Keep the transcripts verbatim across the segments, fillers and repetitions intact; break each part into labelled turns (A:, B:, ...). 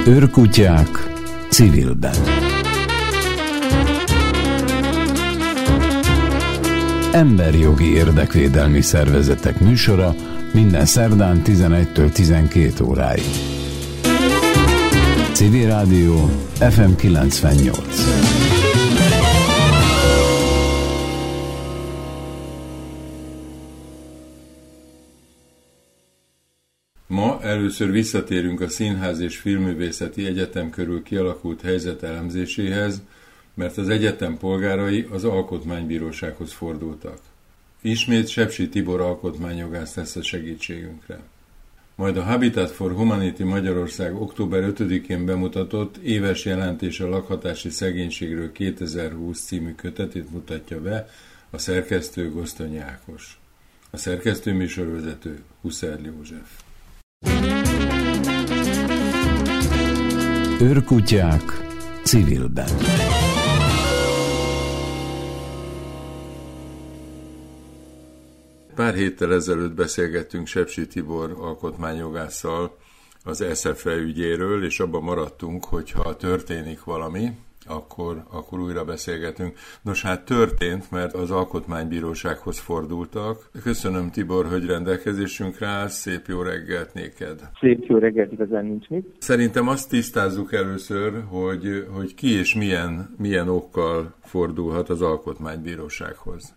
A: Őrkutyák civilben. Emberjogi érdekvédelmi szervezetek műsora minden szerdán tizenegytől tizenkét óráig. Civil Rádió ef em kilencvennyolc.
B: Ma először visszatérünk a Színház és Filmművészeti Egyetem körül kialakult helyzet elemzéséhez, mert az egyetem polgárai az Alkotmánybírósághoz fordultak. Ismét Sepsi Tibor alkotmányjogász lesz a segítségünkre. Majd a Habitat for Humanity Magyarország október ötödikén bemutatott éves jelentés a lakhatási szegénységről kétezer-húsz című kötetét mutatja be a szerkesztő Gosztonyi Ákos. A szerkesztő műsorvezető Husszerl József.
A: Őrkutyák civilben.
B: Pár héttel ezelőtt beszélgettünk Sepsi Tibor alkotmányjogásszal az es ef e ügyéről, és abban maradtunk, hogy ha történik valami, akkor, akkor újra beszélgetünk. Nos, hát történt, mert az Alkotmánybírósághoz fordultak. Köszönöm, Tibor, hogy rendelkezésünkre állsz. Szép jó reggelt néked.
C: Szép jó reggelt, igazán nincs mit.
B: Szerintem azt tisztázzuk először, hogy, hogy ki és milyen, milyen okkal fordulhat az Alkotmánybírósághoz.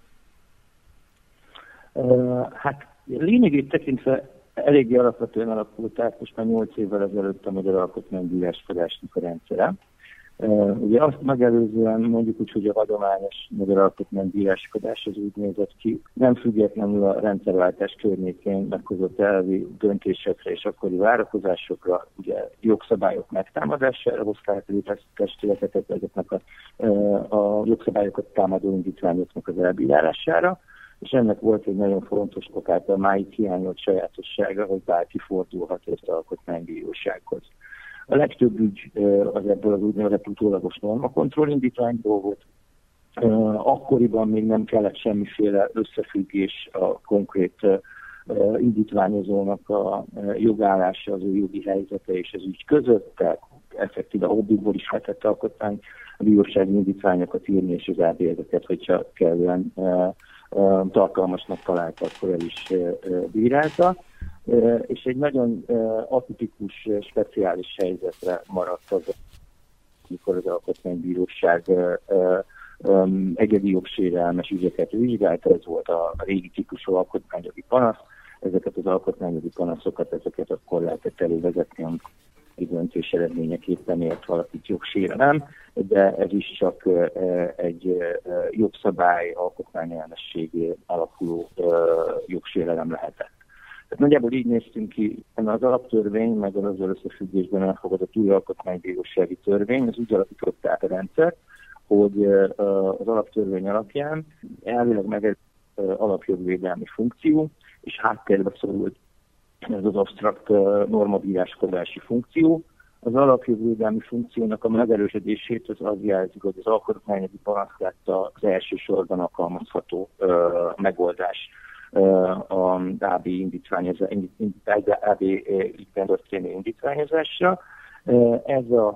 C: Uh, hát lényegét tekintve eléggé alapvetően alakult át most már nyolc évvel ezelőtt a magyar alkotmánybíráskodásnak a rendszere. Uh, ugye azt megelőzően mondjuk úgy, hogy a hagyományos magyar alkotmánybíráskodás az úgy nézett ki, nem függetlenül a rendszerváltás környékén meghozott elvi döntésekre és akkori várakozásokra, ugye jogszabályok megtámadására hozták létre testületeket, ezeknek a, a jogszabályokat támadó indítványoknak az elbírálására, és ennek volt egy nagyon fontos okát, a máig hiányolt sajátossága, hogy bárki fordulhat az alkotmánybírósághoz. A legtöbb ügy az ebből az úgynevezett utólagos normakontroll indítványból volt. Akkoriban még nem kellett semmiféle összefüggés a konkrét indítványozónak a jogállása, az ő jogi helyzete és az ügy között, tehát effektíve a hobbiból is lehetett alkotmánybírósági indítványokat írni, és az á bé ezeket, hogyha kellően tartalmasnak találta, akkor el is bírálta. És egy nagyon atipikus, speciális helyzetre maradt az, amikor az Alkotmánybíróság egyedi jogsérelmes ügyeket vizsgálta, ez volt a régi típusú alkotmányjogi panasz. Ezeket az alkotmányjogi panaszokat, ezeket akkor lehetett elővezetni, amikor döntés eredményeképpen ért valakit jogsérelem, de ez is csak egy jogszabály alkotmányellenességén alapuló jogsérelem lehetett. Tehát nagyjából így néztünk ki, az alaptörvény, meg az összefüggésben elfogadott új alkotmánybírósági törvény, az úgy alapított át a rendszer, hogy az alaptörvény alapján elvileg meg alapjogvédelmi funkció, és háttérbe szorult ez az absztrakt normabíráskodási funkció. Az alapjogvédelmi funkciónak a megerősödését az az jelzik, hogy az alkotmányjogi panasz lett az elsősorban alkalmazható megoldás az á bé ügyben történő indítványozásra. Ez a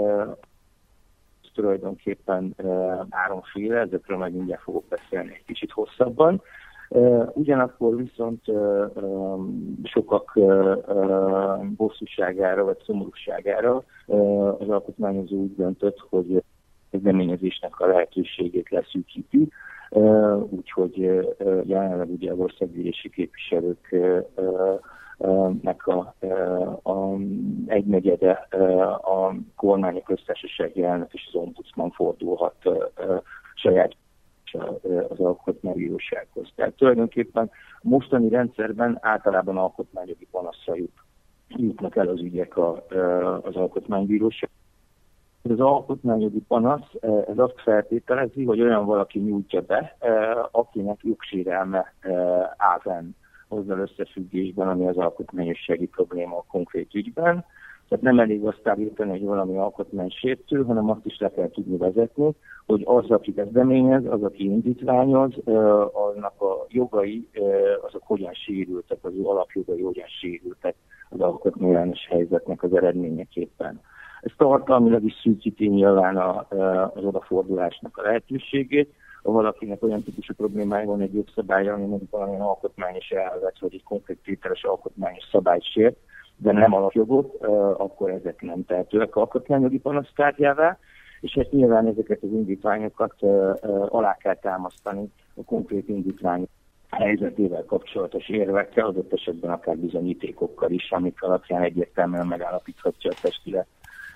C: tulajdonképpen háromféle, ezekről majd mindjárt fogok beszélni egy kicsit hosszabban. Ugyanakkor viszont sokak bosszúságára vagy szomorúságára az alkotmányozó úgy döntött, hogy kezdeményezésnek a lehetőségét leszűkíti, úgyhogy jelenleg ugye az országgyűlési képviselőknek a, a egynegyede a kormányok köztársasági elnök és az ombudsman fordulhat saját az alkotmánybírósághoz. Tehát tulajdonképpen a mostani rendszerben általában alkotmányjogi panaszra jut, jutnak el az ügyek a, az alkotmánybíróság. Az alkotmányjogi panasz, ez azt feltételezi, hogy olyan valaki nyújtja be, akinek jogsérelme áll fenn azzal összefüggésben, ami az alkotmányossági probléma a konkrét ügyben. Tehát nem elég azt állítani, hogy valami alkotmánysértő, hanem azt is le kell tudni vezetni, hogy az, aki kezdeményez, az, aki indítványoz, annak a jogai, azok hogyan sérültek, az ő alapjogai hogyan sérültek az alkotmányellenes helyzetnek az eredményeképpen. Ez tartalmilag is szűkíti nyilván a, az odafordulásnak a lehetőségét. Ha valakinek olyan típusú problémája van egy jogszabálya, ami mondjuk valamilyen alkotmányos elvet, vagy egy konkrét tételes alkotmányos szabályt sért, de nem alapjogot, akkor ezek nem tehetőek alkotmányjogi panasztárgyává, és hát nyilván ezeket az indítványokat alá kell támasztani a konkrét indítvány helyzetével kapcsolatos érvekkel, adott esetben akár bizonyítékokkal is, amik alapján egyértelműen megállapíthatja a testület,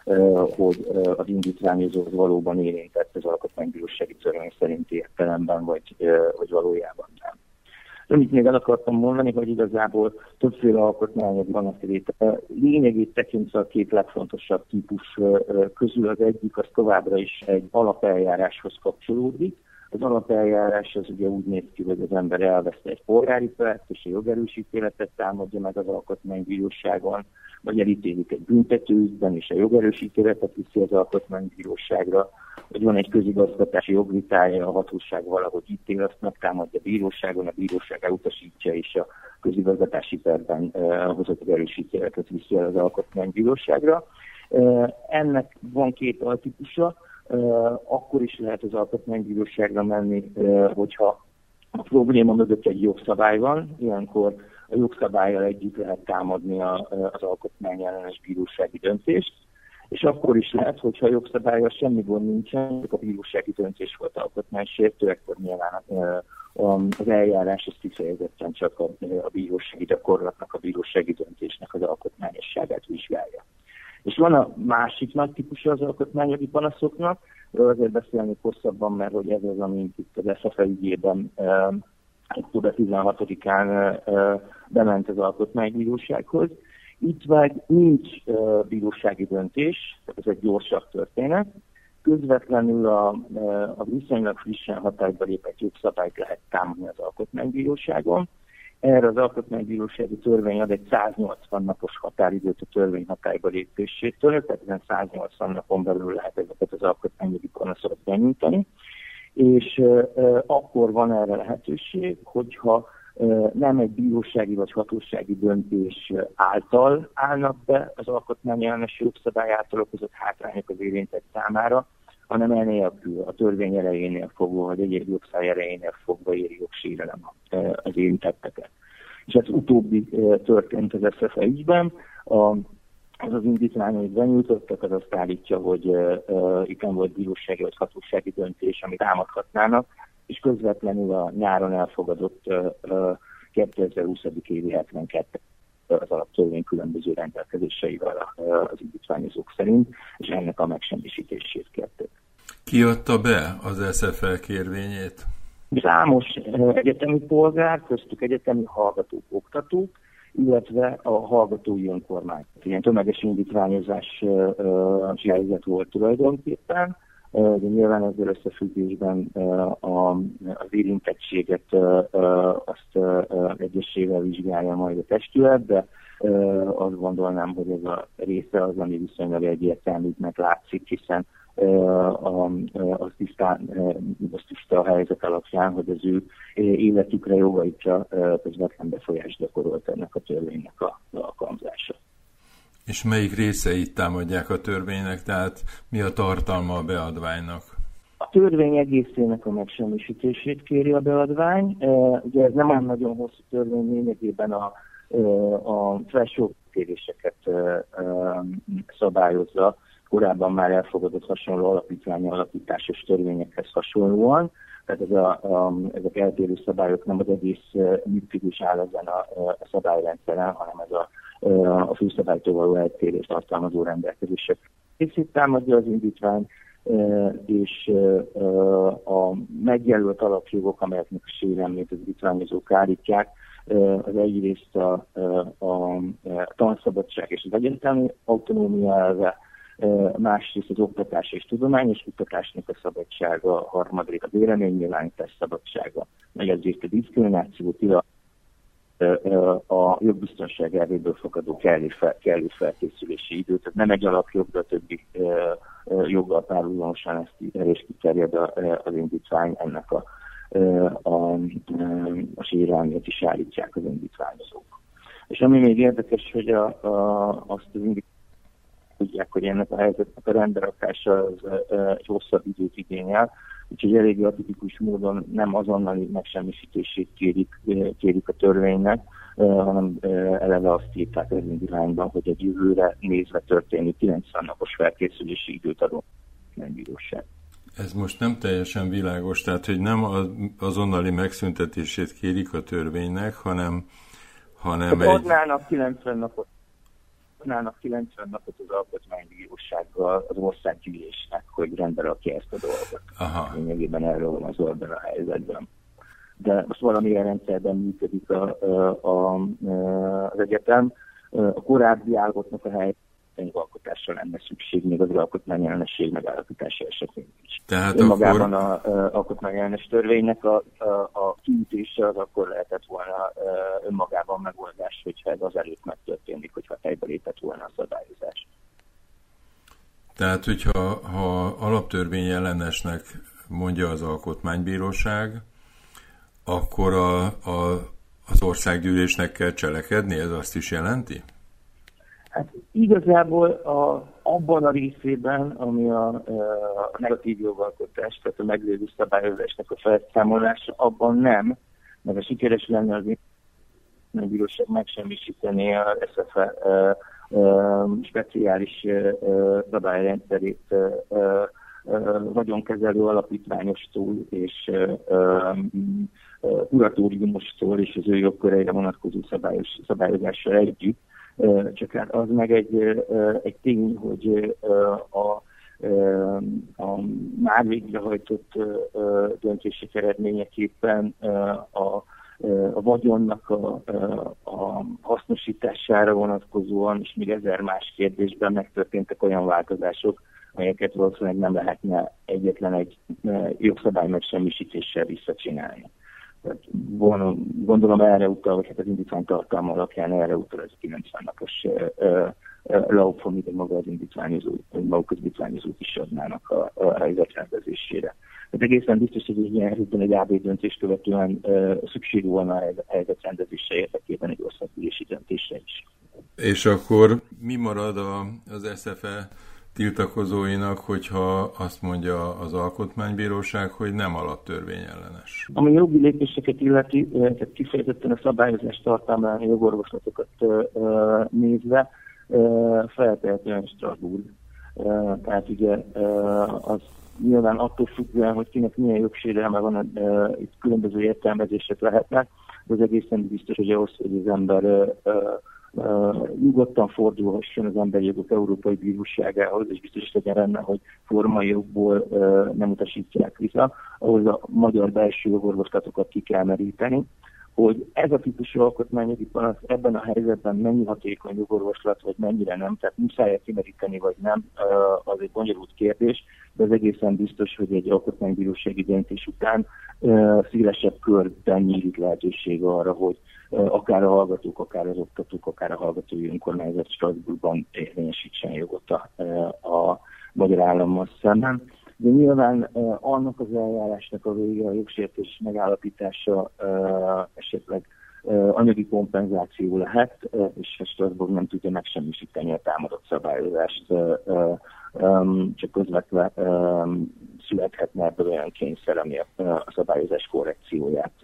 C: hogy az indítványozó valóban érintett az alkotmánybírósági törvény szerinti értelemben, vagy, vagy valójában nem. Amit még el akartam mondani, hogy igazából többféle alkotmányok van a léte. Lényegét tekintve a két legfontosabb típus közül az egyik, az továbbra is egy alapeljáráshoz kapcsolódik. Az alapeljárás az ugye úgy néz ki, hogy az ember elveszte egy polgári pert, és a jogerősítéletet támadja meg az alkotmánybíróságon, vagy elítélik egy büntetőügyben, és a jogerősítéletet viszi az alkotmánybíróságra, vagy van egy közigazgatási jogvitája, a hatóság valahogy ítél, azt megtámadja a bíróságon, a bíróság elutasítja, és a közigazgatási perben uh, hozott erősítéletet viszi el az alkotmánybíróságra. Uh, ennek van két altípusa, uh, akkor is lehet az alkotmánybíróságra menni, uh, hogyha a probléma mögött egy jogszabály van, ilyenkor a jogszabállyal együtt lehet támadni a, az alkotmányellenes bírósági döntést, és akkor is lehet, hogyha a jogszabállyal semmi gond nincsen, csak a bírósági döntés volt alkotmánysértő, akkor nyilván az eljárás az kifejezetten csak a, a bírósági gyakorlatnak, a bírósági döntésnek az alkotmányosságát vizsgálja. És van a másik nagy típusa az alkotmányjogi panaszoknak, azért beszélni hosszabban, mert hogy ez az, amit itt az es ef e ügyében október tizenhatodikán bement az alkotmánybírósághoz. Itt meg nincs uh, bírósági döntés, ez egy gyorsabb történet. Közvetlenül a, a viszonylag frissen hatályba lépett jogszabályt lehet támadni az alkotmánybíróságon. Erre az alkotmánybírósági törvény ad egy száznyolcvan napos határidőt a törvény hatályba lépésétől, tehát ezen száznyolcvan napon belül lehet ezeket az alkotmányjogi panaszokat benyújtani. És uh, akkor van erre lehetőség, hogyha nem egy bírósági vagy hatósági döntés által állnak be az alkotmányellenes jogszabály által okozott hátrányok az érintett számára, hanem enélkül, a törvény erejénél fogva, vagy egyéb jogszabály erejénél fogva éri jogsérelem az érintetteket. És ez utóbbi történt az es ef e ügyben. A, az az indítvány, amit benyújtottak, az azt állítja, hogy uh, itt nem volt bírósági vagy hatósági döntés, amit támadhatnának, és közvetlenül a nyáron elfogadott uh, kétezer-húsz. évi hetvenkettő az alaptörvény különböző rendelkezéseivel uh, az indítványozók szerint, és ennek a megsemmisítését kérték.
B: Ki adta be az es ef e kérvényét?
C: Számos uh, egyetemi polgár, köztük egyetemi hallgatók, oktatók, illetve a hallgatói önkormány. Ilyen tömeges indítványozás uh, uh, helyzet volt tulajdonképpen. De nyilván ezzel összefüggésben az érintettséget azt egyesével vizsgálja majd a testület, de azt gondolnám, hogy ez a része az, ami viszonylag egyértelműnek látszik, hiszen az tisztán, az tiszta a helyzet alapján, hogy az ő életükre, jogaikra közvetlen befolyást gyakorolt ennek a törvénynek a alkalmazása.
B: És melyik részeit támadják a törvénynek, tehát mi a tartalma a beadványnak?
C: A törvény egészének a megsemmisítését kéri a beadvány. Ugye ez nem olyan nagyon hosszú törvény, lényegében a, a threshold kéréseket szabályozza, korábban már elfogadott hasonló alapítványi alapításos törvényekhez hasonlóan. Tehát ez a, a, ezek eltérő szabályok nem az egész működés áll ezen a, a szabályrendszeren, hanem ez a a főszabálytól való eltérést tartalmazó rendelkezések részét támadja az indítvány, és a megjelölt alapjogok, amelyeknek a sérelmét az indítványozók állítják, az egyrészt a, a tanszabadság és az egyetemi autonómia elve, másrészt az oktatás és tudományos kutatásnak a szabadsága, a harmadik a véleménynyilvánítás szabadsága, meg egyrészt a diszkrimináció tilalma, a jogbiztonság elvéből fakadó kellő, fel, kellő felkészülési időt. Tehát nem egy alapjog, de a többi joggal párhuzamosan ezt erre is kiterjed az indítvány, ennek a, a, a, a sérelmét is állítják az indítványozók. És ami még érdekes, hogy a, a, azt az indikát tudják, hogy ennek a helyzetnek a rendberakása az egy hosszabb időt igényel, úgyhogy eléggé atipikus módon nem azonnali megsemmisítését kérik, kérik a törvénynek, hanem eleve azt írták az indulányban, hogy egy jövőre nézve történő kilencven napos felkészülési időt adó bíróság.
B: Ez most nem teljesen világos, tehát hogy nem az azonnali megszüntetését kérik a törvénynek, hanem, hanem
C: hát
B: egy...
C: adnának kilencven napot, adnának kilencven napot az alkotmánybírósággal az országgyűlésnek, hogy rendbe rakja ezt a dolgot.
B: Aha.
C: Lényegében erről van az oldal a helyzetben. De most valamilyen rendszerben működik a, a, a, az egyetem. A korábbi állapotnak a helyzetben alkotásra lenne szükség, még az alkotmányellenesség megállapítása esetén is.
B: Tehát
C: önmagában
B: akkor...
C: az alkotmányellenes törvénynek a, a, a kiütése az akkor lehetett volna önmagában megoldás, hogyha ez azelőtt megtörténik, hogyha helybe lépett volna a szabályozás.
B: Tehát, hogyha ha alaptörvény ellenesnek mondja az alkotmánybíróság, akkor a, a, az országgyűlésnek kell cselekedni? Ez azt is jelenti?
C: Hát igazából a, abban a részében, ami a, a negatív jogalkotás, tehát a meglévő szabályozásnak a felszámolása, abban nem, mert a sikeres lenne az a bíróság megsemmisíteni az es ef e uh, uh, speciális uh, szabályrendszerét uh, uh, vagyonkezelő alapítványostól és uh, um, uh, kuratóriumostól és az ő jogköreire vonatkozó szabályos, szabályozással együtt. Csak hát az meg egy, egy tény, hogy a, a már végrehajtott döntések eredményeképpen a, a vagyonnak a, a hasznosítására vonatkozóan, és még ezer más kérdésben megtörténtek olyan változások, amelyeket valószínűleg nem lehetne egyetlen egy jogszabály megsemmisítéssel visszacsinálni. Gondolom erre utal, vagy hát az indítvány tartalma alapján erre utal ez a kilencven napos lauk, amit maga az indítványozók, maguk az indítványozók is adnának a, a helyzet rendezésére. Tehát egészen biztos, hogy egy ilyen helyzetben egy á bé döntés követően uh, szükség volna a helyzet rendezése érdekében egy országgyűlési döntésre is.
B: És akkor mi marad a, az es ef e tiltakozóinak, hogyha azt mondja az alkotmánybíróság, hogy nem alaptörvényellenes?
C: Ami jogi lépéseket illeti, tehát kifejezetten a szabályozás tartalmán jogorvoslatokat nézve, feltehetően Strasbourg. Tehát ugye az nyilván attól függően, hogy kinek milyen jogsérelme van, itt különböző értelmezések lehetnek, de az egészen biztos, hogy ahhoz, hogy az ember Uh, nyugodtan fordulhasson az Emberi Jogok Európai Bíróságához, és biztos legyen benne, hogy formai jogból uh, nem utasítják vissza, ahhoz a magyar belső jogorvoslatokat ki kell meríteni, hogy ez a típusú alkotmányjogi panasz ebben a helyzetben mennyi hatékony jogorvoslat, vagy mennyire nem, tehát muszáj kimeríteni, vagy nem, uh, az egy bonyolult kérdés, de az egészen biztos, hogy egy alkotmánybírósági döntés után uh, szélesebb körben nyílik lehetőség arra, hogy akár a hallgatók, akár az oktatók, akár a hallgatói önkormányzat Strasbourgban érvényesítsen jogot a, a magyar állammal szemben. De nyilván annak az eljárásnak a vége, a jogsértés megállapítása esetleg anyagi kompenzáció lehet, és Strasbourg nem tudja megsemmisíteni a támadott szabályozást, csak közvetve születhetne ebből olyan kényszer, ami a szabályozás korrekcióját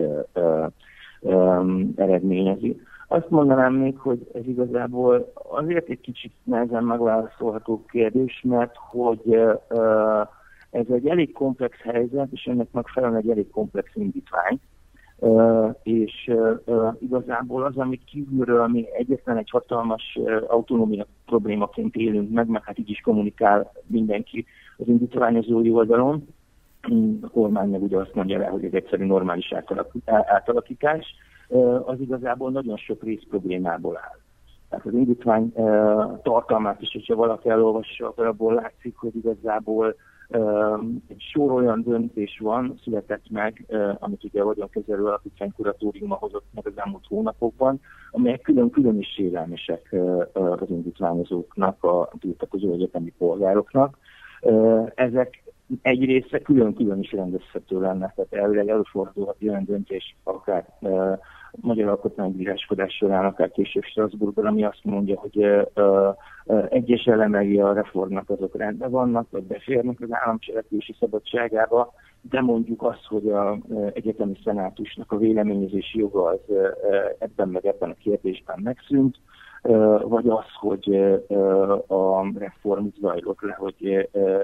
C: Um, eredményezi. Azt mondanám még, hogy ez igazából azért egy kicsit nehezen megválaszolható kérdés, mert hogy uh, ez egy elég komplex helyzet, és ennek megfelelően egy elég komplex indítvány, uh, és uh, igazából az, amit kívülről mi egyetlen egy hatalmas uh, autonómia problémaként élünk meg, meg hát így is kommunikál mindenki az indítványozói oldalon, a kormány meg ugye azt mondja rá, hogy ez egyszerű normális átalakítás, az igazából nagyon sok rész problémából áll. Tehát az indítvány tartalmát is, hogyha valaki elolvassa, akkor abból látszik, hogy igazából egy sor olyan döntés van, született meg, amit ugye a vagyonkezelő alapítvány kuratóriuma hozott meg az elmúlt hónapokban, amelyek külön-külön is sérelmesek az indítványozóknak, a tiltakozó egyetemi polgároknak. Ezek egy része külön-külön is rendezhető lenne, tehát elvileg előfordulhat olyan döntés, akár uh, magyar alkotmánybíráskodás során, akár később Strasbourgban, ami azt mondja, hogy uh, uh, egyes elemei a reformnak azok rendben vannak, vagy beférnek az államcselekvési szabadságába, de mondjuk azt, hogy az uh, egyetemi szenátusnak a véleményezési joga az uh, ebben meg ebben a kérdésben megszűnt, uh, vagy az, hogy uh, a reform zajlott le, hogy uh,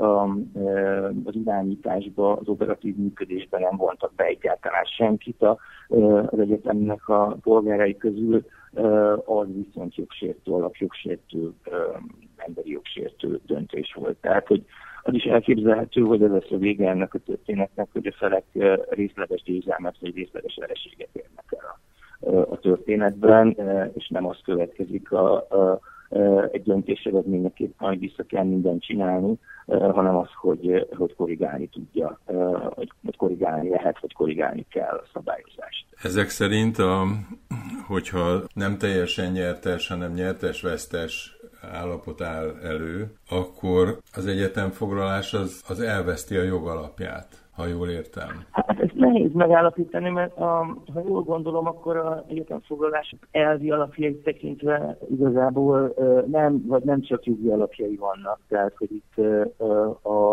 C: az irányításba, az operatív működésben nem vontak be egyáltalán senkit az egyetemnek a polgárai közül, az viszont jogsértő, alapjogsértő, emberi jogsértő döntés volt. Tehát, hogy az is elképzelhető, hogy ez lesz a vége ennek a történetnek, hogy a felek részleges győzelmet vagy részleges vereséget érnek el a, a történetben, és nem az következik a, a egy döntés eredményeképpen, hogy vissza kell mindent csinálni, hanem az, hogy, hogy korrigálni tudja, hogy korrigálni lehet, vagy korrigálni kell a szabályozást.
B: Ezek szerint, a, hogyha nem teljesen nyertes, hanem nyertes-vesztes állapot áll elő, akkor az egyetemfoglalás az, az elveszti a jogalapját, ha jól értem.
C: Hát ezt nehéz megállapítani, mert a, ha jól gondolom, akkor az egyetemfoglalás elvi alapjait tekintve igazából nem, vagy nem csak jogi alapjai vannak. Tehát, hogy itt a,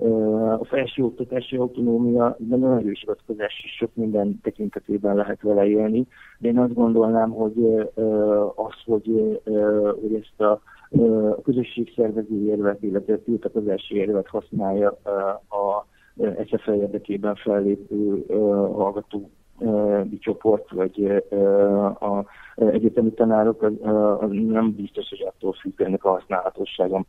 C: a felsőoktatási autonómia, de nagyon erős hivatkozás is sok minden tekintetében lehet vele élni, de én azt gondolnám, hogy az, hogy, hogy ezt a a közösségszervező érvet, illetve a tiltakozási érvet használja a es ef e érdekében fellépő hallgató csoport, vagy az egyetemi tanárok, az, az nem biztos, hogy attól függ ennek a használhatósága,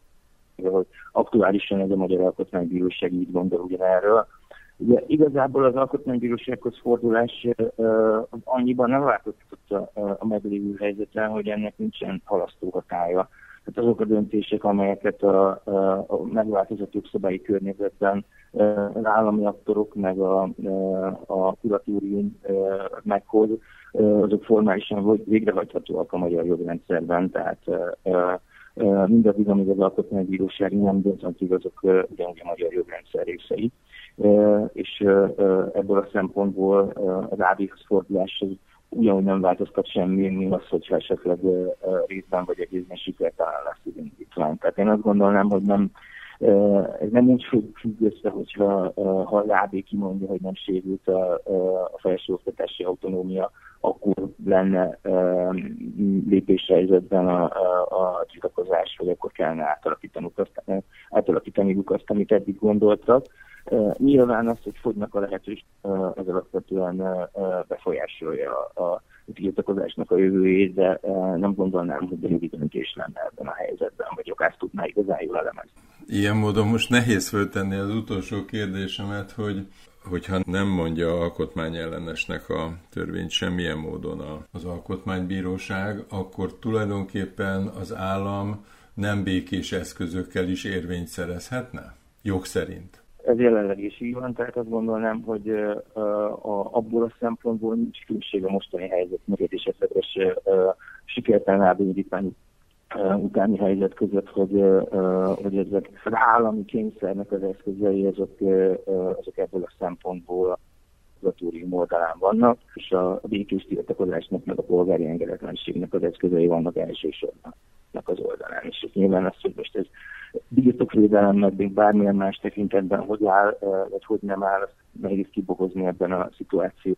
C: hogy aktuálisan ez a Magyar Alkotmánybíróság így gondol ugyanerről. Ugye igazából az Alkotmánybírósághoz fordulás uh, annyiban nem változtatott a, a meglévő helyzeten, hogy ennek nincsen halasztó hatálya. Tehát azok a döntések, amelyeket a, a, a megváltozott jogszabályi környezetben uh, az állami aktorok meg a, uh, a kuratórium uh, meghoz, uh, azok formálisan végrehajthatóak a magyar jogrendszerben, tehát uh, uh, mindaddig, amíg az Alkotmánybíróság nem dönt, azok uh, ugyanúgy a magyar jogrendszer részei. Uh, és uh, ebből a szempontból uh, az á bé-hoz fordulás ugyanúgy nem változtat semmi, mint az, hogyha esetleg uh, részben vagy egészben sikertelen lesz az indítvány. Tehát én azt gondolnám, hogy nem, uh, ez nem úgy függ össze, hogyha uh, ha az á bé kimondja, hogy nem sérült a, a felsőoktatási autonómia, akkor lenne uh, lépéshelyzetben a, a, a tiltakozás, vagy akkor kellene átalakítani azt, átalakítani azt, amit eddig gondoltak. Uh, nyilván az, hogy fogynak a lehetőség, uh, az alapvetően uh, befolyásolja a, a tiltakozásnak a jövőjét, de uh, nem gondolnám, hogy jogi döntés lenne ebben a helyzetben, vagy jogász tudná igazán jól elemezni.
B: Ilyen módon most nehéz föltenni az utolsó kérdésemet, hogy hogyha nem mondja alkotmányellenesnek a törvényt semmilyen módon az Alkotmánybíróság, akkor tulajdonképpen az állam nem békés eszközökkel is érvényt szerezhetne? Jog szerint.
C: Ez jelenleg is így van, tehát azt gondolnám, hogy uh, a, abból a szempontból nincs különbség a mostani helyzet mögött és esetleges uh, sikertelen á bé indítvány uh, utáni helyzet között, hogy, uh, hogy ezek az állami kényszernek az eszközei, azok, uh, azok ebből a szempontból a kuratórium oldalán vannak, és a békés tiltakozásnak, meg a polgári engedetlenségnek az eszközei vannak elsősorban az oldalán. És nyilván az, hogy most ez birtokvédelem, meg bármilyen más tekintetben hogy áll, vagy hogy nem áll, azt nehéz kibogozni ebben a szituációban,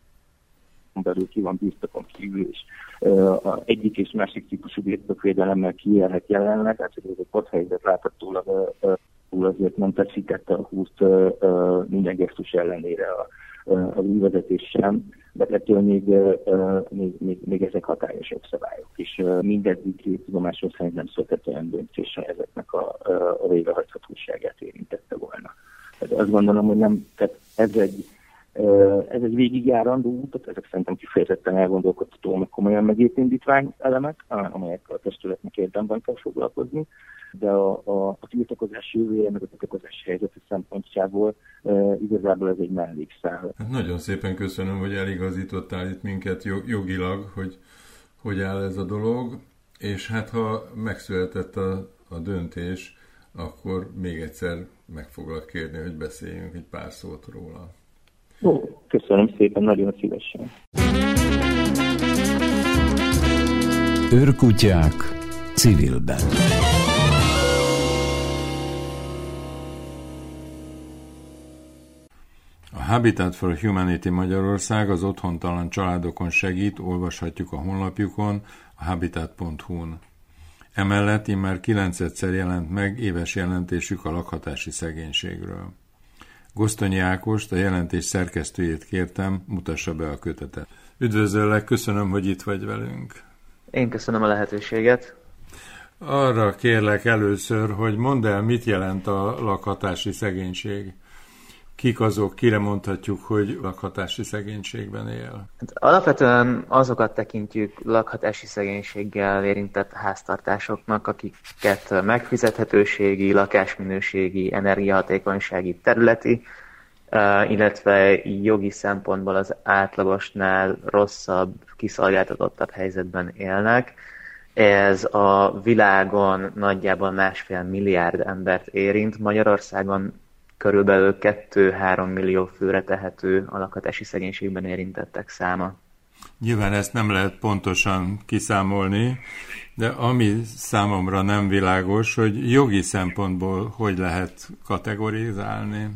C: belül ki van birtokon kívül, és uh, egyik és másik típusú birtokvédelemmel kiélhet jelenleg, tehát hogy ez a padhelyzet láthatólag uh, azért nem feszítette a húzt uh, uh, minden gesztus ellenére a, uh, az újvezetés sem, de ettől még, uh, még, még, még ezek hatályos jogszabályok, és uh, mindeddig tudomásom szerint nem született olyan döntés, ezeknek a, uh, a végrehajthatóságát érintette volna. Tehát azt gondolom, hogy nem, tehát ez egy Ez egy végigjárandó út, ezek szerintem kifejezetten elgondolkodható, meg komolyan megért indítvány elemek, amelyek a testületnek érdemben kell foglalkozni, de a, a, a tiltakozás jövője, meg a tiltakozás helyzete szempontjából e, igazából ez egy mellékszál.
B: Hát nagyon szépen köszönöm, hogy eligazítottál itt minket jogilag, hogy hogy áll ez a dolog, és hát ha megszületett a, a döntés, akkor még egyszer meg foglak kérni, hogy beszéljünk egy pár szót róla.
C: Ó, köszönöm szépen, nagyon szívesen.
A: Őrkutyák civilben.
B: A Habitat for Humanity Magyarország az otthontalan családokon segít, olvashatjuk a honlapjukon, a habitat pont hu-n. Emellett immár kilencedszer jelent meg éves jelentésük a lakhatási szegénységről. Gosztonyi Ákost, a jelentés szerkesztőjét kértem, mutassa be a kötetet. Üdvözöllek, köszönöm, hogy itt vagy velünk.
D: Én köszönöm a lehetőséget.
B: Arra kérlek először, hogy mondd el, mit jelent a lakhatási szegénység. Kik azok, kire mondhatjuk, hogy lakhatási szegénységben él?
D: Hát alapvetően azokat tekintjük lakhatási szegénységgel érintett háztartásoknak, akiket megfizethetőségi, lakásminőségi, energiahatékonysági, területi, illetve jogi szempontból az átlagosnál rosszabb, kiszolgáltatottabb helyzetben élnek. Ez a világon nagyjából másfél milliárd embert érint, Magyarországon körülbelül kettő-három millió főre tehető a lakhatási szegénységben érintettek száma.
B: Nyilván ezt nem lehet pontosan kiszámolni, de ami számomra nem világos, hogy jogi szempontból hogy lehet kategorizálni?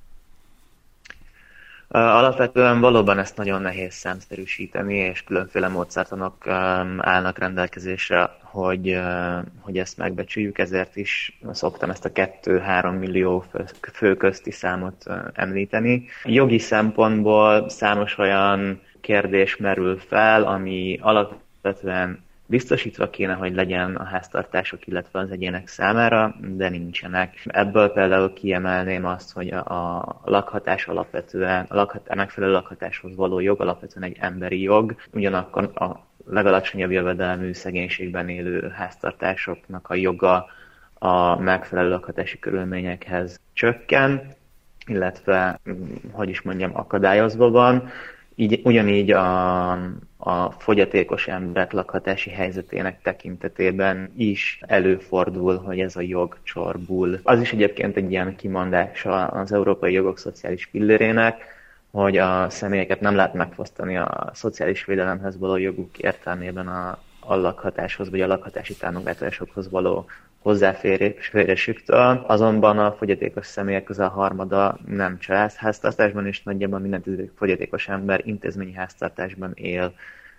D: Alapvetően valóban ezt nagyon nehéz számszerűsíteni, és különféle módszertanok állnak rendelkezésre, hogy, hogy ezt megbecsüljük, ezért is szoktam ezt a kettő-három millió fő közti számot említeni. Jogi szempontból számos olyan kérdés merül fel, ami alapvetően biztosítva kéne, hogy legyen a háztartások, illetve az egyének számára, de nincsenek. Ebből például kiemelném azt, hogy a lakhatás alapvetően, a lakhatás, megfelelő lakhatáshoz való jog alapvetően egy emberi jog, ugyanakkor a legalacsonyabb jövedelmű szegénységben élő háztartásoknak a joga a megfelelő lakhatási körülményekhez csökken, illetve, hogy is mondjam, akadályozva van. Így, ugyanígy a, a fogyatékos emberek lakhatási helyzetének tekintetében is előfordul, hogy ez a jog csorbul. Az is egyébként egy ilyen kimondása az európai jogok szociális pillérének, hogy a személyeket nem lehet megfosztani a szociális védelemhez való joguk értelmében a, a lakhatáshoz vagy a lakhatási támogatásokhoz való hozzáférésüktől, azonban a fogyatékos személyek közel a harmada nem családháztartásban, és nagyjából minden tizedik fogyatékos ember intézményi háztartásban él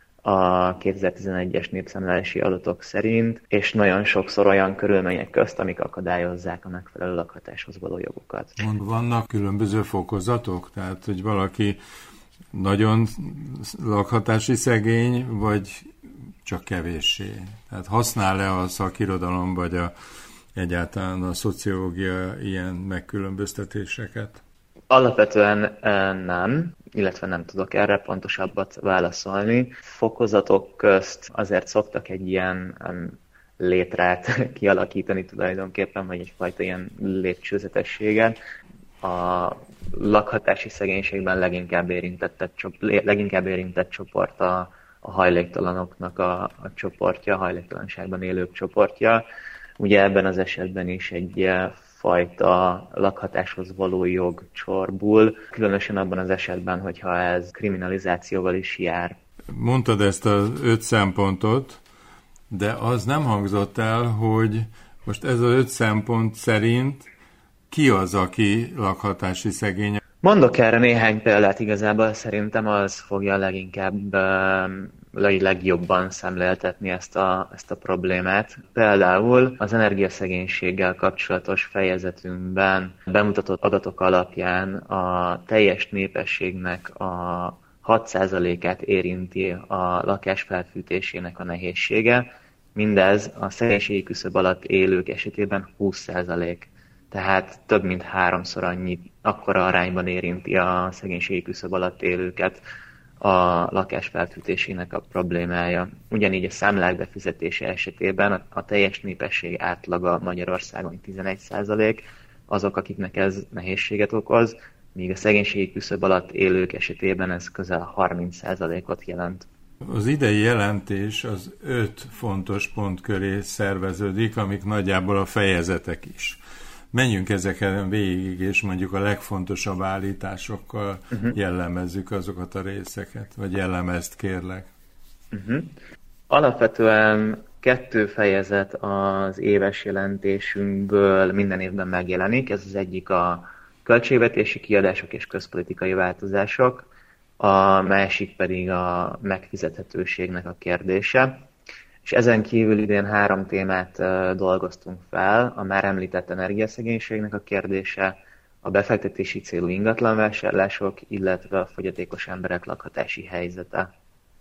D: a kétezer-tizenegyes népszámlálási adatok szerint, és nagyon sokszor olyan körülmények közt, amik akadályozzák a megfelelő lakhatáshoz való jogukat.
B: Vannak különböző fokozatok? Tehát, hogy valaki nagyon lakhatási szegény, vagy csak kevéssé? Tehát használ-e a szakirodalom, vagy a, egyáltalán a szociológia ilyen megkülönböztetéseket?
D: Alapvetően nem, illetve nem tudok erre pontosabbat válaszolni. Fokozatok közt azért szoktak egy ilyen létrát kialakítani tulajdonképpen, vagy egyfajta ilyen lépcsőzetességet. A lakhatási szegénységben leginkább érintett, leginkább érintett csoport a a hajléktalanoknak a, a csoportja, a hajléktalanságban élők csoportja. Ugye ebben az esetben is egy fajta lakhatáshoz való jog csorbul, különösen abban az esetben, hogyha ez kriminalizációval is jár.
B: Mondtad ezt az öt szempontot, de az nem hangzott el, hogy most ez az öt szempont szerint ki az, aki lakhatási szegény?
D: Mondok erre néhány példát, igazából szerintem az fogja leginkább, legjobban szemléltetni ezt a, ezt a problémát. Például az energiaszegénységgel kapcsolatos fejezetünkben bemutatott adatok alapján a teljes népességnek a hat százalékát érinti a lakás felfűtésének a nehézsége, mindez a szegénységi küszöb alatt élők esetében húsz százalék. Tehát több mint háromszor annyi, akkora arányban érinti a szegénységi küszöb alatt élőket a lakás felfűtésének a problémája. Ugyanígy a számlák befizetése esetében a, a teljes népesség átlaga Magyarországon tizenegy százalék, azok, akiknek ez nehézséget okoz, míg a szegénységi küszöb alatt élők esetében ez közel harminc százalékot jelent.
B: Az idei jelentés az öt fontos pont köré szerveződik, amik nagyjából a fejezetek is. Menjünk ezeken végig, és mondjuk a legfontosabb állításokkal uh-huh. jellemezzük azokat a részeket, vagy jellemezd, kérlek.
D: Uh-huh. Alapvetően kettő fejezet az éves jelentésünkből minden évben megjelenik. Ez az egyik a költségvetési kiadások és közpolitikai változások, a másik pedig a megfizethetőségnek a kérdése. És ezen kívül idén három témát dolgoztunk fel, a már említett energiaszegénységnek a kérdése, a befektetési célú ingatlanvásárlások, illetve a fogyatékos emberek lakhatási helyzete.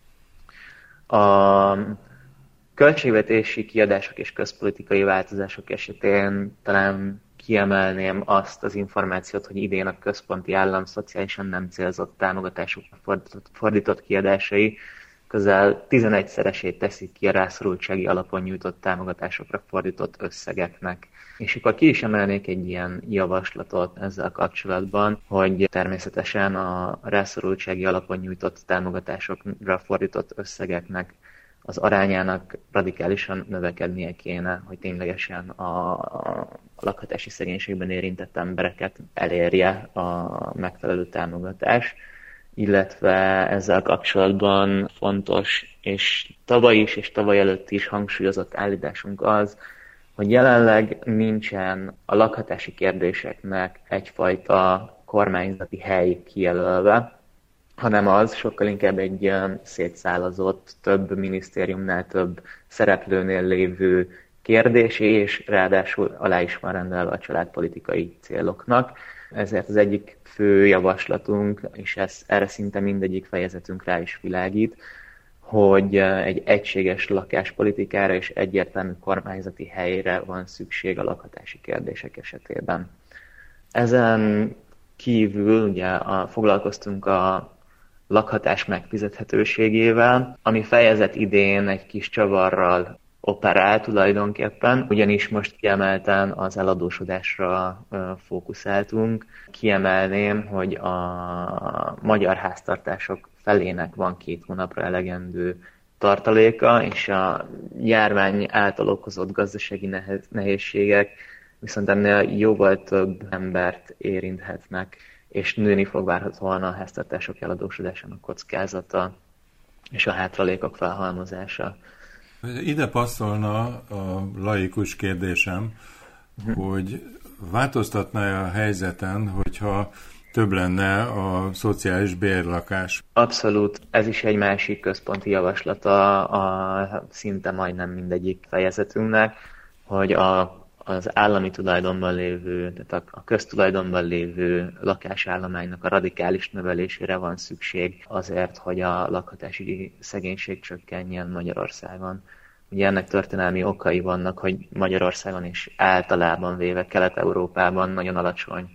D: A költségvetési kiadások és közpolitikai változások esetén talán kiemelném azt az információt, hogy idén a központi állam szociálisan nem célzott támogatásokra fordított, fordított kiadásai közel tizenegyszeresét teszik ki a rászorultsági alapon nyújtott támogatásokra fordított összegeknek. És akkor ki is emelnék egy ilyen javaslatot ezzel kapcsolatban, hogy természetesen a rászorultsági alapon nyújtott támogatásokra fordított összegeknek az arányának radikálisan növekednie kéne, hogy ténylegesen a, a lakhatási szegénységben érintett embereket elérje a megfelelő támogatás, illetve ezzel kapcsolatban fontos, és tavaly is, és tavaly előtt is hangsúlyozott állításunk az, hogy jelenleg nincsen a lakhatási kérdéseknek egyfajta kormányzati hely kijelölve, hanem az sokkal inkább egy szétszálazott, több minisztériumnál, több szereplőnél lévő kérdés, és ráadásul alá is van rendelve a családpolitikai céloknak. Ezért az egyik fő javaslatunk, és ez, erre szinte mindegyik fejezetünk rá is világít, hogy egy egységes lakáspolitikára és egyértelmű kormányzati helyre van szükség a lakhatási kérdések esetében. Ezen kívül ugye a, foglalkoztunk a lakhatás megfizethetőségével, ami fejezet idén egy kis csavarral operál tulajdonképpen, ugyanis most kiemelten az eladósodásra fókuszáltunk. Kiemelném, hogy a magyar háztartások felének van két hónapra elegendő tartaléka, és a járvány által okozott gazdasági nehézségek viszont ennél jóval több embert érinthetnek, és nőni fog várhatóan a háztartások eladósodásának kockázata és a hátralékok felhalmozása.
B: Ide passzolna a laikus kérdésem, hm. hogy változtatná a helyzeten, hogyha több lenne a szociális bérlakás?
D: Abszolút. Ez is egy másik központi javaslata a szinte majdnem mindegyik fejezetünknek, hogy a az állami tulajdonban lévő, tehát a köztulajdonban lévő lakásállománynak a radikális növelésére van szükség azért, hogy a lakhatási szegénység csökkenjen Magyarországon. Ugye ennek történelmi okai vannak, hogy Magyarországon is általában véve Kelet-Európában nagyon alacsony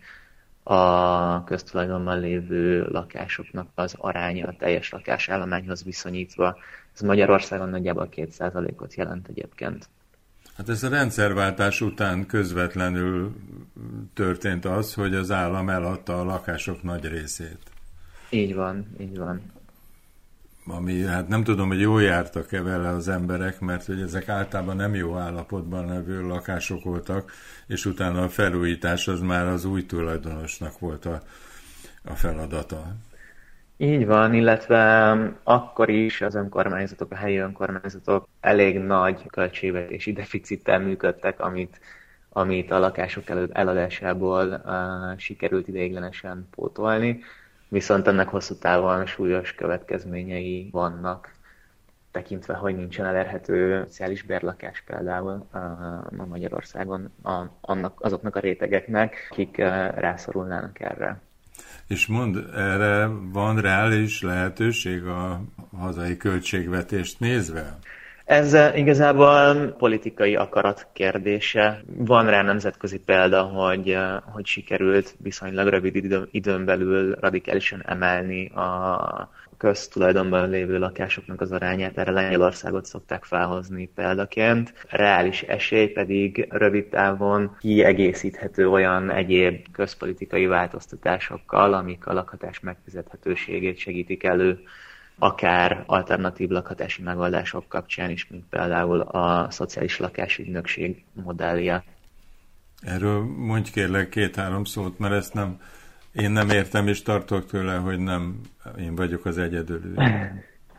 D: a köztulajdonban lévő lakásoknak az aránya a teljes lakásállományhoz viszonyítva. Ez Magyarországon nagyjából két százalékot jelent egyébként.
B: Hát ez a rendszerváltás után közvetlenül történt az, hogy az állam eladta a lakások nagy részét.
D: Így van, így van.
B: Ami, hát nem tudom, hogy jól jártak-e vele az emberek, mert hogy ezek általában nem jó állapotban levő lakások voltak, és utána a felújítás az már az új tulajdonosnak volt a, a feladata.
D: Így van, illetve akkor is az önkormányzatok, a helyi önkormányzatok elég nagy költségvetési deficittel működtek, amit, amit a lakások eladásából uh, sikerült ideiglenesen pótolni, viszont ennek hosszú távon súlyos következményei vannak, tekintve, hogy nincsen elérhető szociális bérlakás például uh, a Magyarországon a, annak, azoknak a rétegeknek, akik uh, rászorulnának erre.
B: És mond, erre van reális lehetőség a hazai költségvetést nézve?
D: Ez igazából politikai akarat kérdése. Van rá nemzetközi példa, hogy, hogy sikerült viszonylag rövid idő, időn belül radikálisan emelni a köztulajdonban lévő lakásoknak az arányát. Erre Lengyelországot szokták felhozni példaként. Reális esély pedig rövid távon kiegészíthető olyan egyéb közpolitikai változtatásokkal, amik a lakhatás megfizethetőségét segítik elő, akár alternatív lakhatási megoldások kapcsán is, mint például a szociális lakásügynökség modellje.
B: Erről mondj kérlek két-három szót, mert ezt nem, én nem értem, és tartok tőle, hogy nem én vagyok az egyedül.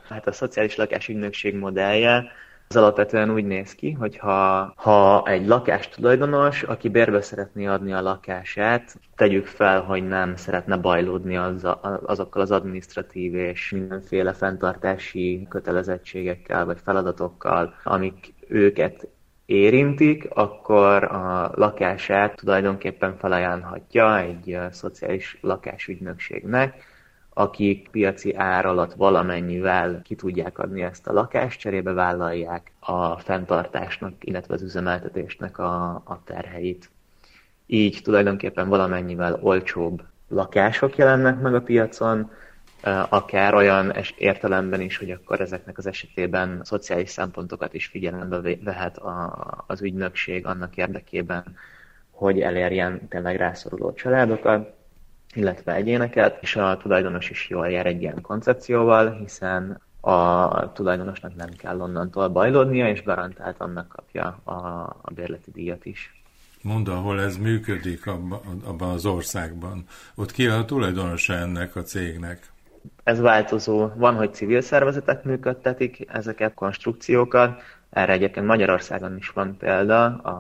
D: Hát a szociális lakásügynökség modellje az alapvetően úgy néz ki, hogy ha, ha egy lakástulajdonos, aki bérbe szeretné adni a lakását, tegyük fel, hogy nem szeretne bajlódni az, azokkal az adminisztratív és mindenféle fenntartási kötelezettségekkel vagy feladatokkal, amik őket érintik, akkor a lakását tulajdonképpen felajánlhatja egy szociális lakásügynökségnek, akik piaci ár alatt valamennyivel ki tudják adni ezt a lakást, cserébe vállalják a fenntartásnak, illetve az üzemeltetésnek a, a terheit. Így tulajdonképpen valamennyivel olcsóbb lakások jelennek meg a piacon, akár olyan értelemben is, hogy akkor ezeknek az esetében szociális szempontokat is figyelembe vehet az ügynökség annak érdekében, hogy elérjen tényleg rászoruló családokat, illetve egyéneket, és a tulajdonos is jól jár egy ilyen koncepcióval, hiszen a tulajdonosnak nem kell onnantól bajlódnia, és garantáltan megkapja a, a bérleti díjat is.
B: Mondd, ahol ez működik abban, abban az országban. Ott ki a tulajdonosa ennek a cégnek?
D: Ez változó. Van, hogy civil szervezetek működtetik ezeket a konstrukciókat. Erre egyébként Magyarországon is van példa.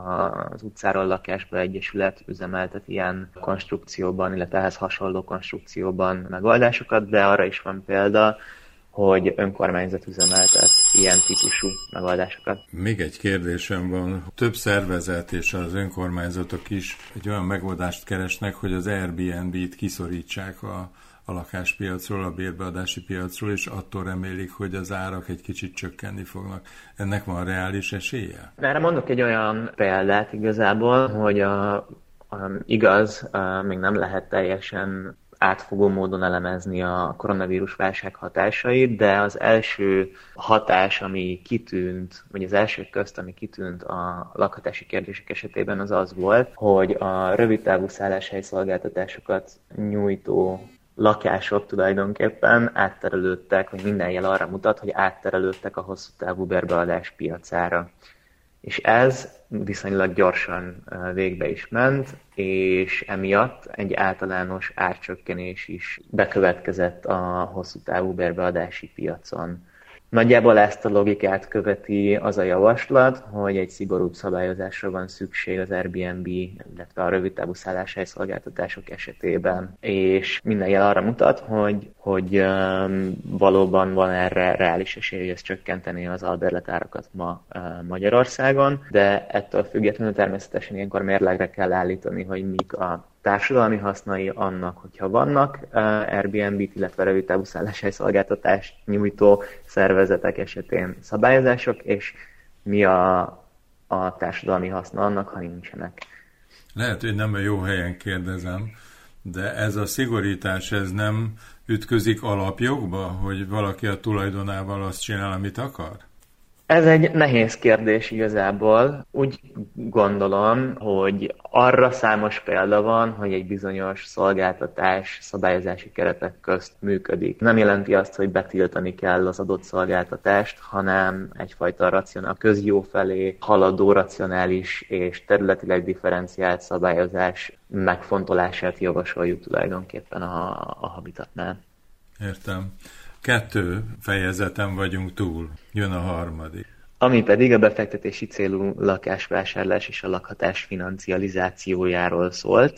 D: Az Utcáról Lakásba Egyesület üzemeltet ilyen konstrukcióban, illetve ehhez hasonló konstrukcióban megoldásokat, de arra is van példa, hogy önkormányzat üzemeltet ilyen típusú megoldásokat.
B: Még egy kérdésem van. Több szervezet és az önkormányzatok is egy olyan megoldást keresnek, hogy az Airbnb-t kiszorítsák a, a lakáspiacról, a bérbeadási piacról, és attól remélik, hogy az árak egy kicsit csökkenni fognak. Ennek van reális esélye?
D: Erre mondok egy olyan példát igazából, hogy a, a, igaz, a, még nem lehet teljesen átfogó módon elemezni a koronavírus válság hatásait, de az első hatás, ami kitűnt, vagy az elsők közt, ami kitűnt a lakhatási kérdések esetében, az az volt, hogy a rövidtávú szálláshelyszolgáltatásokat nyújtó lakások tulajdonképpen átterelődtek, vagy minden jel arra mutat, hogy átterelődtek a hosszú távú bérbeadás piacára. És ez viszonylag gyorsan végbe is ment, és emiatt egy általános árcsökkenés is bekövetkezett a hosszú távú bérbeadási piacon. Nagyjából ezt a logikát követi az a javaslat, hogy egy szigorúbb szabályozásra van szükség az Airbnb, illetve a rövidtávú szálláshelyszolgáltatások esetében. És minden jel arra mutat, hogy, hogy um, valóban van erre reális esély, hogy ez csökkenteni az albérletárakat ma uh, Magyarországon, de ettől függetlenül természetesen ilyenkor mérlegre kell állítani, hogy mik a társadalmi hasznai annak, hogyha vannak uh, Airbnb-t, illetve rövidtávú szálláshelyszolgáltatást nyújtó szervezetek esetén szabályozások, és mi a, a társadalmi haszna annak, ha nincsenek.
B: Lehet, hogy nem a jó helyen kérdezem, de ez a szigorítás, ez nem ütközik alapjogba, hogy valaki a tulajdonával azt csinál, amit akar?
D: Ez egy nehéz kérdés igazából. Úgy gondolom, hogy arra számos példa van, hogy egy bizonyos szolgáltatás szabályozási keretek közt működik. Nem jelenti azt, hogy betiltani kell az adott szolgáltatást, hanem egyfajta racionál, közjó felé haladó, racionális és területileg differenciált szabályozás megfontolását javasoljuk tulajdonképpen a, a Habitatnál.
B: Értem. Kettő fejezeten vagyunk túl. Jön a harmadik.
D: Ami pedig a befektetési célú lakásvásárlás és a lakhatás financializációjáról szólt.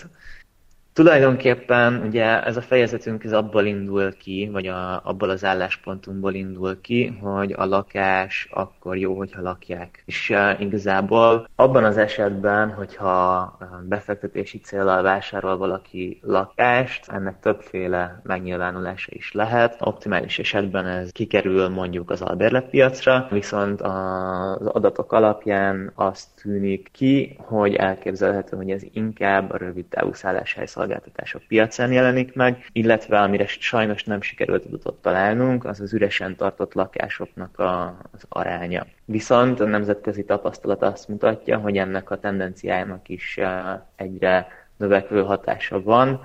D: Tulajdonképpen ugye ez a fejezetünk ez abból indul ki, vagy a, abból az álláspontunkból indul ki, hogy a lakás akkor jó, hogyha lakják. És uh, igazából abban az esetben, hogyha befektetési céllal vásárol valaki lakást, ennek többféle megnyilvánulása is lehet. Optimális esetben ez kikerül mondjuk az albérletpiacra, viszont az adatok alapján azt tűnik ki, hogy elképzelhető, hogy ez inkább a rövidtávú szálláshelyszolgáltatások szolgáltatások piacán jelenik meg, illetve amire sajnos nem sikerült adatot találnunk, az az üresen tartott lakásoknak a, az aránya. Viszont a nemzetközi tapasztalat azt mutatja, hogy ennek a tendenciájának is egyre növekvő hatása van,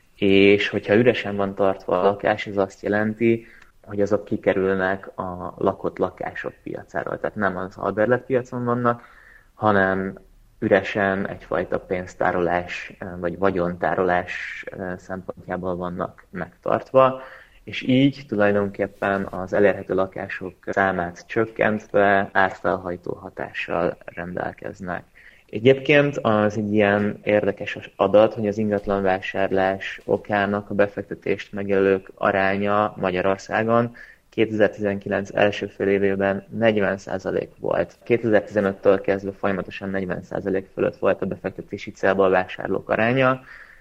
D: és hogyha üresen van tartva a lakás, ez azt jelenti, hogy azok kikerülnek a lakott lakások piacáról. Tehát nem az albérletpiacon vannak, hanem üresen egyfajta pénztárolás vagy vagyontárolás szempontjából vannak megtartva, és így tulajdonképpen az elérhető lakások számát csökkentve árfelhajtó hatással rendelkeznek. Egyébként az egy ilyen érdekes adat, hogy az ingatlanvásárlás okának a befektetést megjelölők aránya Magyarországon kétezer-tizenkilenc első fél évében negyven százalék volt. kétezer-tizenöttől kezdve folyamatosan negyven százalék fölött volt a befektetési célból vásárlók aránya,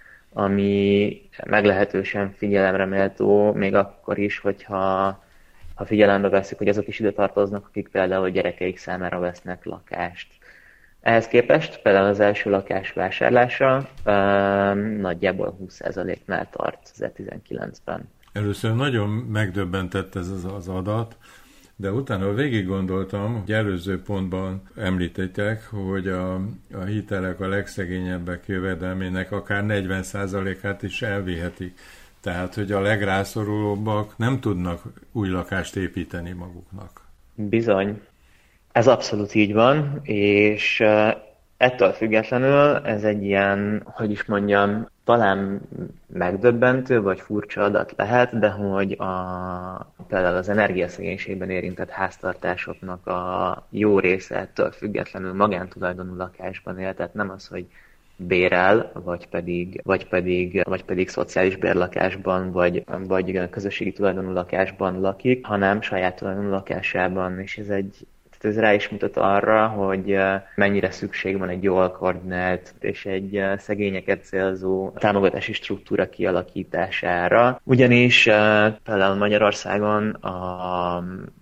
D: ami meglehetősen figyelemre méltó, még akkor is, hogyha ha figyelembe veszik, hogy azok is ide tartoznak, akik például gyerekeik számára vesznek lakást. Ehhez képest például az első lakás vásárlása um, nagyjából húsz százaléknál tart kétezer-tizenkilencben.
B: Először nagyon megdöbbentett ez az, az adat, de utána végig gondoltam, hogy előző pontban említettek, hogy a, a hitelek a legszegényebbek jövedelmének akár negyven százalékát is elvihetik. Tehát, hogy a legrászorulóbbak nem tudnak új lakást építeni maguknak.
D: Bizony. Ez abszolút így van, és ettől függetlenül ez egy ilyen, hogy is mondjam, talán megdöbbentő vagy furcsa adat lehet, de hogy a, például az energiaszegénységben érintett háztartásoknak a jó része ettől függetlenül magántulajdonú lakásban él, tehát nem az, hogy bérel, vagy pedig, vagy pedig, vagy pedig szociális bérlakásban, vagy, vagy közösségi tulajdonú lakásban lakik, hanem saját tulajdonú lakásában, és ez egy ez rá is mutat arra, hogy mennyire szükség van egy jól koordinált és egy szegényeket célzó támogatási struktúra kialakítására. Ugyanis például Magyarországon a,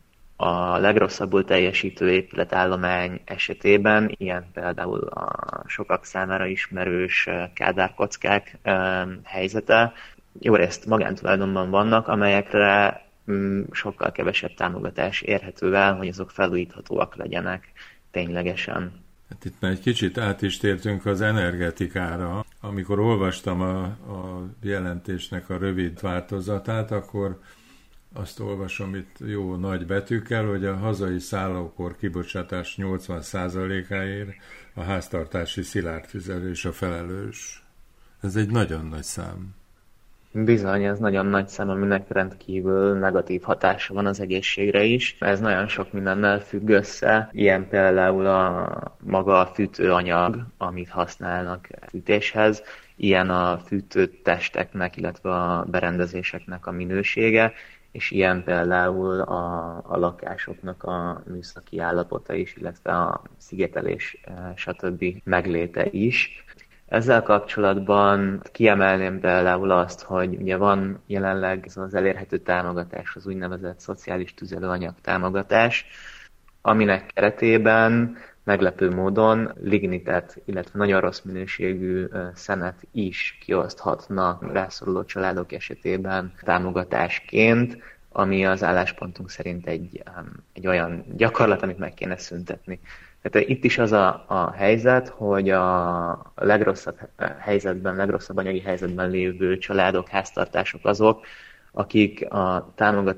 D: a legrosszabbul teljesítő épületállomány esetében, ilyen például a sokak számára ismerős kádárkockák helyzete, jó részt magántulajdonban vannak, amelyekre sokkal kevesebb támogatás érhető el, hogy azok felújíthatóak legyenek ténylegesen.
B: Hát itt már egy kicsit át is tértünk az energetikára. Amikor olvastam a, a jelentésnek a rövid változatát, akkor azt olvasom itt jó nagy betűkkel, hogy a hazai szállókor kibocsátás nyolcvan százalékáért a háztartási szilárd tüzelés a felelős. Ez egy nagyon nagy szám.
D: Bizony, ez nagyon nagy szám, aminek rendkívül negatív hatása van az egészségre is. Ez nagyon sok mindennel függ össze, ilyen például a maga a fűtőanyag, amit használnak fűtéshez, ilyen a fűtőtesteknek, illetve a berendezéseknek a minősége, és ilyen például a, a lakásoknak a műszaki állapota is, illetve a szigetelés, stb. Megléte is. Ezzel kapcsolatban kiemelném például azt, hogy ugye van jelenleg az elérhető támogatás, az úgynevezett szociális tüzelőanyag támogatás, aminek keretében meglepő módon lignitet, illetve nagyon rossz minőségű szenet is kioszthatna rászoruló családok esetében támogatásként, ami az álláspontunk szerint egy, egy olyan gyakorlat, amit meg kéne szüntetni. Tehát itt is az a, a helyzet, hogy a legrosszabb helyzetben, legrosszabb anyagi helyzetben lévő családok, háztartások azok, akik a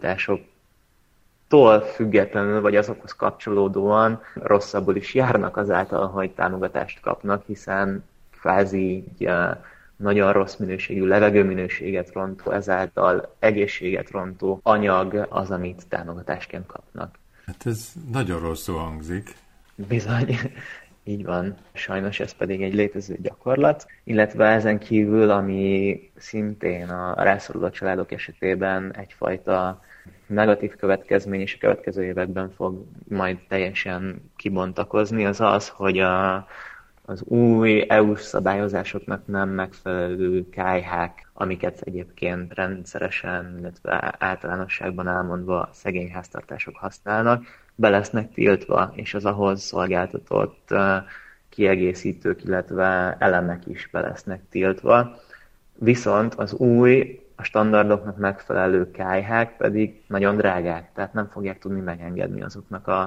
D: támogatásoktól függetlenül, vagy azokhoz kapcsolódóan rosszabbul is járnak azáltal, hogy támogatást kapnak, hiszen kvázi egy nagyon rossz minőségű levegőminőséget rontó, ezáltal egészséget rontó anyag az, amit támogatásként kapnak.
B: Hát ez nagyon rosszul hangzik.
D: Bizony, így van. Sajnos ez pedig egy létező gyakorlat, illetve ezen kívül, ami szintén a rászoruló családok esetében egyfajta negatív következmény, és a következő években fog majd teljesen kibontakozni, az az, hogy a, az új é u-s szabályozásoknak nem megfelelő kályhák, amiket egyébként rendszeresen, illetve általánosságban elmondva szegény háztartások használnak, be lesznek tiltva, és az ahhoz szolgáltatott uh, kiegészítők, illetve elemek is be lesznek tiltva. Viszont az új, a standardoknak megfelelő kályhák pedig nagyon drágák, tehát nem fogják tudni megengedni azoknak a,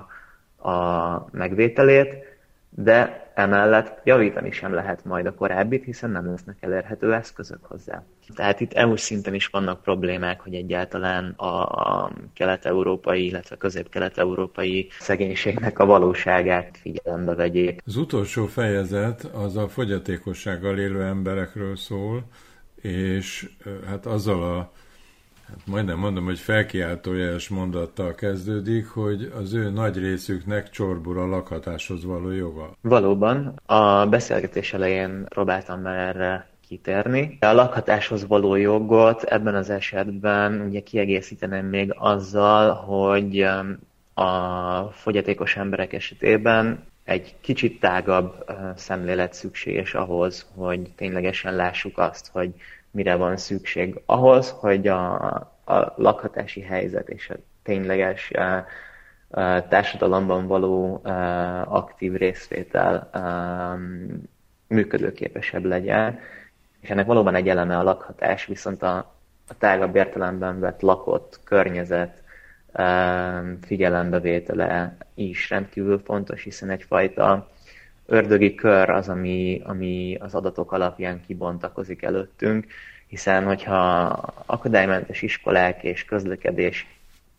D: a megvételét, de emellett javítani sem lehet majd a korábbit, hiszen nem lesznek elérhető eszközök hozzá. Tehát itt é u-s szinten is vannak problémák, hogy egyáltalán a kelet-európai, illetve közép-kelet-európai szegénységnek a valóságát figyelembe vegyék.
B: Az utolsó fejezet az a fogyatékossággal élő emberekről szól, és hát azzal a Hát majdnem mondom, hogy felkiáltójeles mondattal kezdődik, hogy az ő nagy részüknek csorbul a lakhatáshoz való joga.
D: Valóban, a beszélgetés elején próbáltam már erre kitérni. A lakhatáshoz való jogot ebben az esetben ugye kiegészíteném még azzal, hogy a fogyatékos emberek esetében egy kicsit tágabb szemlélet szükséges ahhoz, hogy ténylegesen lássuk azt, hogy mire van szükség. Ahhoz, hogy a, a lakhatási helyzet és a tényleges a, a társadalomban való a, aktív részvétel a, működőképesebb legyen, és ennek valóban egy eleme a lakhatás, viszont a, a tágabb értelemben vett lakott környezet figyelembevétele is rendkívül fontos, hiszen egyfajta ördögi kör az, ami, ami az adatok alapján kibontakozik előttünk, hiszen hogyha akadálymentes iskolák és közlekedés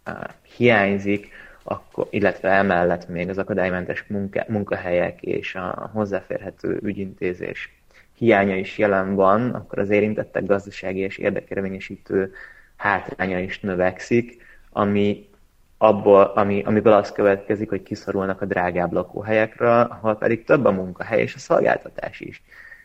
D: hiányzik, akkor, illetve emellett még az akadálymentes munka, munkahelyek és a hozzáférhető ügyintézés hiánya is jelen van, akkor az érintettek gazdasági és érdekérvényesítő hátránya is növekszik, ami abból, ami, amiből az következik, hogy kiszorulnak a drágább lakóhelyekről, ahol pedig több a munkahely és a szolgáltatás is.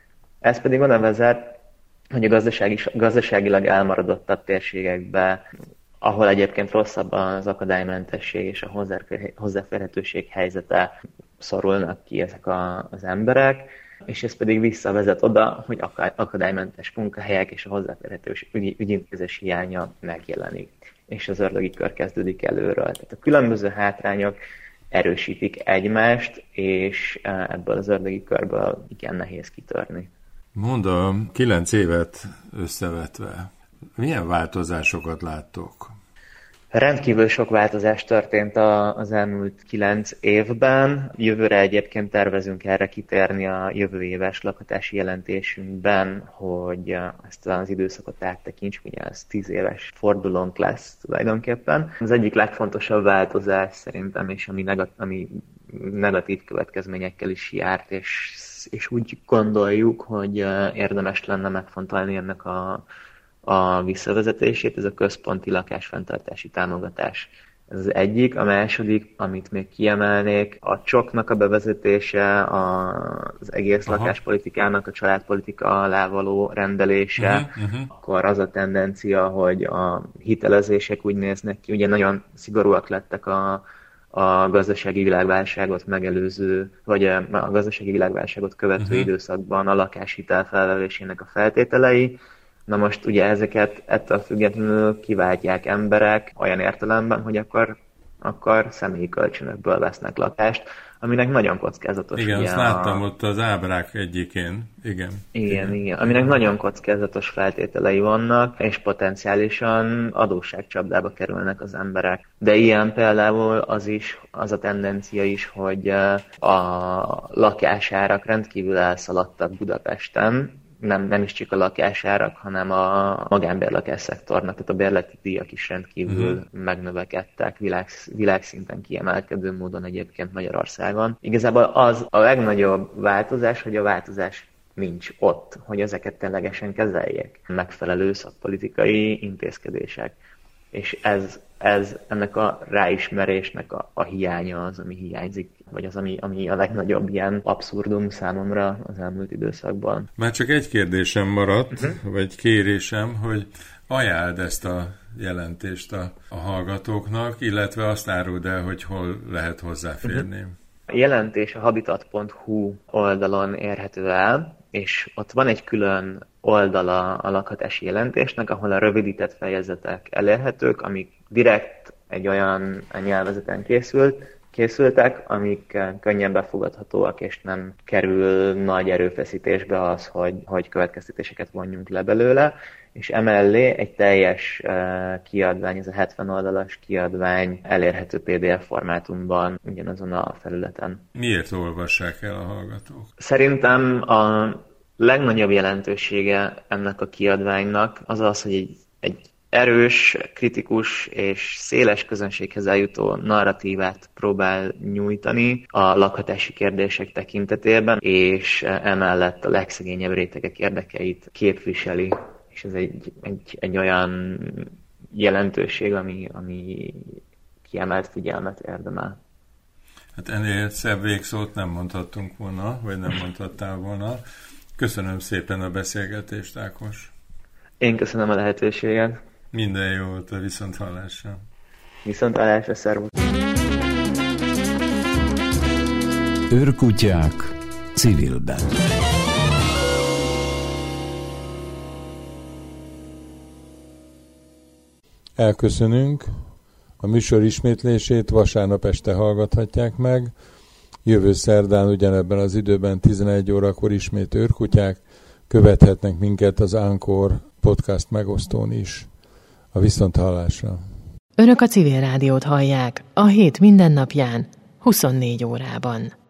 D: Ez pedig oda vezet, hogy a gazdasági, gazdaságilag elmaradottabb térségekben, ahol egyébként rosszabb az akadálymentesség és a hozzáférhetőség helyzete, szorulnak ki ezek a, az emberek, és ez pedig visszavezet oda, hogy akadálymentes munkahelyek és a hozzáférhetőség ügy, ügyintézés hiánya megjelenik, és az ördögi kör kezdődik előről. Tehát a különböző hátrányok erősítik egymást, és ebből az ördögi körből igen nehéz kitörni.
B: Mondom, kilenc évet összevetve, milyen változásokat láttok?
D: Rendkívül sok változás történt az elmúlt kilenc évben. Jövőre egyébként tervezünk erre kitérni a jövő éves lakhatási jelentésünkben, hogy ezt az időszakot áttekintsük, ugye ez tíz éves fordulónk lesz tulajdonképpen. Az egyik legfontosabb változás szerintem, és ami, negat- ami negatív következményekkel is járt, és, és úgy gondoljuk, hogy érdemes lenne megfontolni ennek a a visszavezetését, ez a központi lakásfenntartási támogatás. Ez az egyik. A második, amit még kiemelnék, a csoknak a bevezetése, az egész Aha. lakáspolitikának a családpolitika alá való rendelése, uh-huh, uh-huh. Akkor az a tendencia, hogy a hitelezések úgy néznek ki, ugye nagyon szigorúak lettek a, a gazdasági világválságot megelőző, vagy a gazdasági világválságot követő uh-huh. időszakban a lakáshitel felvevésének a feltételei. Na most ugye ezeket ettől függetlenül kiváltják emberek olyan értelemben, hogy akkor, akkor személyi kölcsönökből vesznek lakást, aminek nagyon kockázatos.
B: Igen,
D: ugye,
B: azt láttam a... ott az ábrák egyikén. Igen.
D: Igen, igen, igen. Aminek nagyon kockázatos feltételei vannak, és potenciálisan adósságcsapdába kerülnek az emberek. De ilyen például az is, az a tendencia is, hogy a lakásárak rendkívül elszaladtak Budapesten, Nem, nem is csak a lakásárak, hanem a magánbérlakás szektornak, tehát a bérleti díjak is rendkívül uh-huh. megnövekedtek, világ, világszinten kiemelkedő módon egyébként Magyarországon. Igazából az a legnagyobb változás, hogy a változás nincs ott, hogy ezeket ténylegesen kezeljék. Megfelelő szakpolitikai intézkedések. És ez, ez ennek a ráismerésnek a, a hiánya az, ami hiányzik, vagy az, ami, ami a legnagyobb ilyen abszurdum számomra az elmúlt időszakban.
B: Már csak egy kérdésem maradt, uh-huh. vagy kérésem, hogy ajánld ezt a jelentést a, a hallgatóknak, illetve azt áruld el, hogy hol lehet hozzáférni. Uh-huh.
D: A jelentés a habitat pont hu oldalon érhető el, és ott van egy külön oldala a lakhatási jelentésnek, ahol a rövidített fejezetek elérhetők, amik direkt egy olyan nyelvezeten készült, készültek, amik könnyen befogadhatóak, és nem kerül nagy erőfeszítésbe az, hogy, hogy következtetéseket vonjunk le belőle, és emellé egy teljes kiadvány, ez a hetven oldalas kiadvány elérhető pé dé ef formátumban ugyanazon a felületen.
B: Miért olvassák el a hallgatók?
D: Szerintem a legnagyobb jelentősége ennek a kiadványnak az az, hogy egy, egy erős, kritikus és széles közönséghez eljutó narratívát próbál nyújtani a lakhatási kérdések tekintetében, és emellett a legszegényebb rétegek érdekeit képviseli. És ez egy, egy, egy olyan jelentőség, ami, ami kiemelt figyelmet érdemel.
B: Hát ennél szebb végszót nem mondhattunk volna, vagy nem mondhattál volna. Köszönöm szépen a beszélgetést, Ákos.
D: Én köszönöm a lehetőséget.
B: Minden jót, a viszonthallásra.
D: Viszonthallásra, szervusz.
A: Őrkutyák civilben.
B: Elköszönünk. A műsor ismétlését vasárnap este hallgathatják meg. Jövő szerdán ugyanebben az időben tizenegy órakor ismét Őrkutyák. Követhetnek minket az Anchor podcast megosztón is. A viszonthallásra.
E: Önök a Civil Rádiót hallják a hét minden napján, huszonnégy órában.